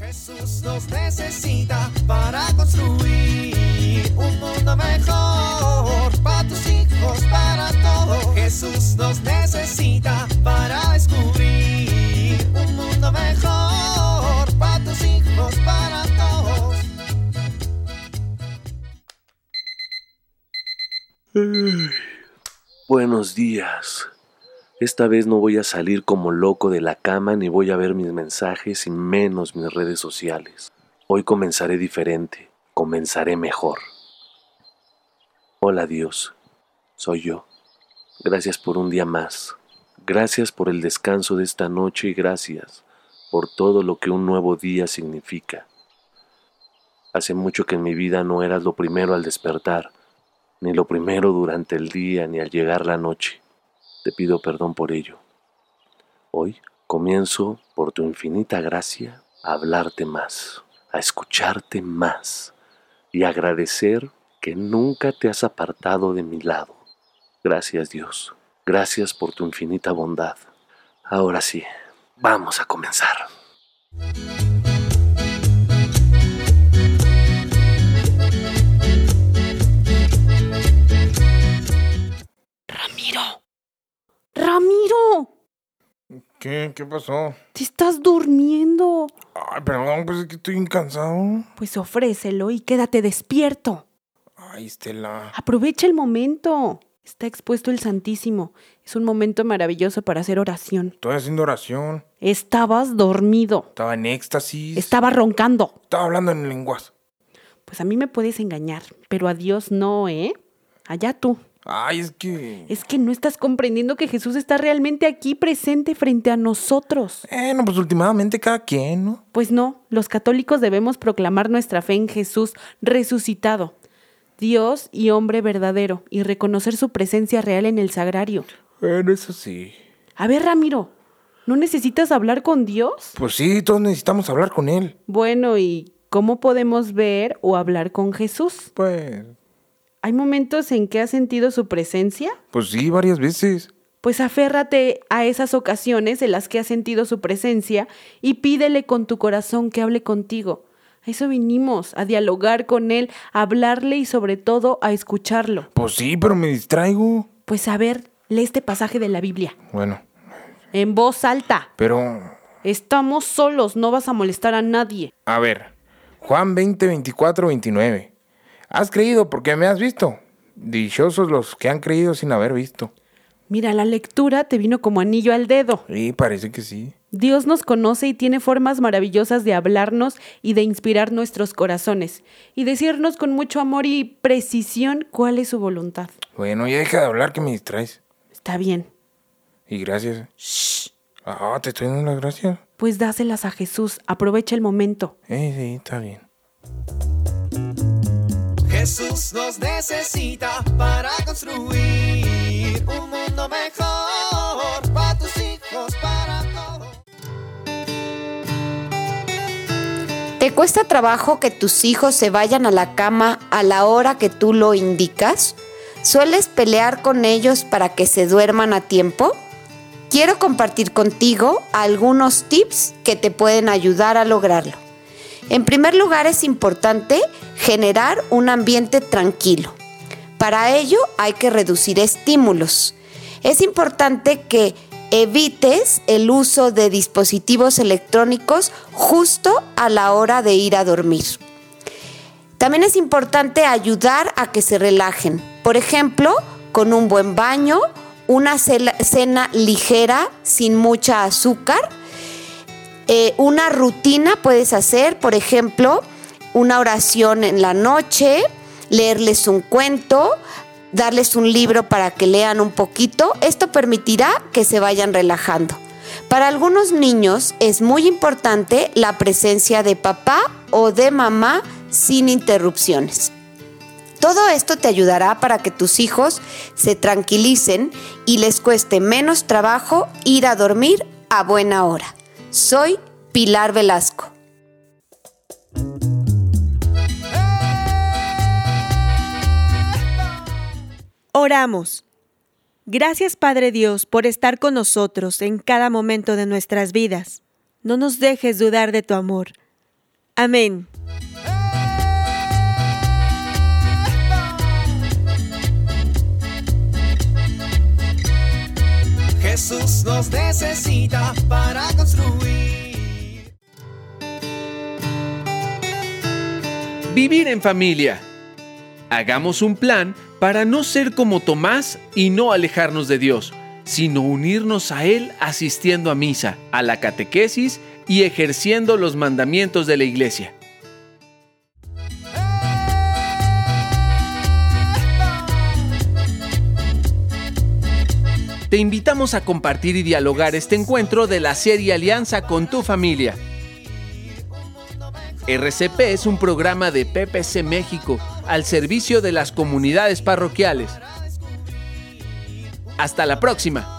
Jesús nos necesita para construir un mundo mejor, para tus hijos, para todos. Jesús nos necesita para descubrir un mundo mejor, para tus hijos, para todos. Buenos días. Esta vez no voy a salir como loco de la cama ni voy a ver mis mensajes y menos mis redes sociales. Hoy comenzaré diferente, comenzaré mejor. Hola Dios, soy yo. Gracias por un día más. Gracias por el descanso de esta noche y gracias por todo lo que un nuevo día significa. Hace mucho que en mi vida no eras lo primero al despertar, ni lo primero durante el día ni al llegar la noche. Te pido perdón por ello. Hoy comienzo, por tu infinita gracia, a hablarte más, a escucharte más y a agradecer que nunca te has apartado de mi lado. Gracias Dios, gracias por tu infinita bondad. Ahora sí, vamos a comenzar. ¡Ramiro! ¿Qué pasó? ¡Te estás durmiendo! Ay, perdón, pues es que estoy cansado. Pues ofrécelo y quédate despierto. Ay, Estela. Aprovecha el momento. Está expuesto el Santísimo. Es un momento maravilloso para hacer oración. Estoy haciendo oración. Estabas dormido. Estaba en éxtasis. Estaba roncando. Estaba hablando en lenguas. Pues a mí me puedes engañar, pero a Dios no, ¿eh? Allá tú. Ay, es que no estás comprendiendo que Jesús está realmente aquí presente frente a nosotros. Pues últimamente cada quien, ¿no? Pues no, los católicos debemos proclamar nuestra fe en Jesús resucitado, Dios y hombre verdadero, y reconocer su presencia real en el sagrario. Bueno, eso sí. A ver, Ramiro, ¿no necesitas hablar con Dios? Pues sí, todos necesitamos hablar con Él. Bueno, ¿y cómo podemos ver o hablar con Jesús? Pues ¿hay momentos en que has sentido su presencia? Pues sí, varias veces. Pues aférrate a esas ocasiones en las que has sentido su presencia y pídele con tu corazón que hable contigo. A eso vinimos, a dialogar con Él, a hablarle y sobre todo a escucharlo. Pues sí, pero me distraigo. Pues a ver, lee este pasaje de la Biblia. Bueno. En voz alta. Pero estamos solos, no vas a molestar a nadie. A ver, Juan 20, 24, 29. Has creído porque me has visto. Dichosos los que han creído sin haber visto. Mira, la lectura te vino como anillo al dedo. Sí, parece que sí. Dios nos conoce y tiene formas maravillosas de hablarnos y de inspirar nuestros corazones. Y decirnos con mucho amor y precisión cuál es su voluntad. Bueno, ya deja de hablar que me distraes. Está bien. Y gracias. Shh. Te estoy dando las gracias. Pues dáselas a Jesús. Aprovecha el momento. Sí, está bien. Jesús nos necesita para construir un mundo mejor, para tus hijos, para todos. ¿Te cuesta trabajo que tus hijos se vayan a la cama a la hora que tú lo indicas? ¿Sueles pelear con ellos para que se duerman a tiempo? Quiero compartir contigo algunos tips que te pueden ayudar a lograrlo. En primer lugar, es importante generar un ambiente tranquilo. Para ello hay que reducir estímulos. Es importante que evites el uso de dispositivos electrónicos justo a la hora de ir a dormir. También es importante ayudar a que se relajen. Por ejemplo, con un buen baño, una cena ligera sin mucha azúcar. Una rutina puedes hacer, por ejemplo, una oración en la noche, leerles un cuento, darles un libro para que lean un poquito. Esto permitirá que se vayan relajando. Para algunos niños es muy importante la presencia de papá o de mamá sin interrupciones. Todo esto te ayudará para que tus hijos se tranquilicen y les cueste menos trabajo ir a dormir a buena hora. Soy Pilar Velasco. Oramos. Gracias, Padre Dios, por estar con nosotros en cada momento de nuestras vidas. No nos dejes dudar de tu amor. Amén. Jesús nos necesita para construir. Vivir en familia. Hagamos un plan para no ser como Tomás y no alejarnos de Dios, sino unirnos a Él asistiendo a misa, a la catequesis y ejerciendo los mandamientos de la Iglesia. Te invitamos a compartir y dialogar este encuentro de la serie Alianza con tu familia. RCP es un programa de PPC México al servicio de las comunidades parroquiales. Hasta la próxima.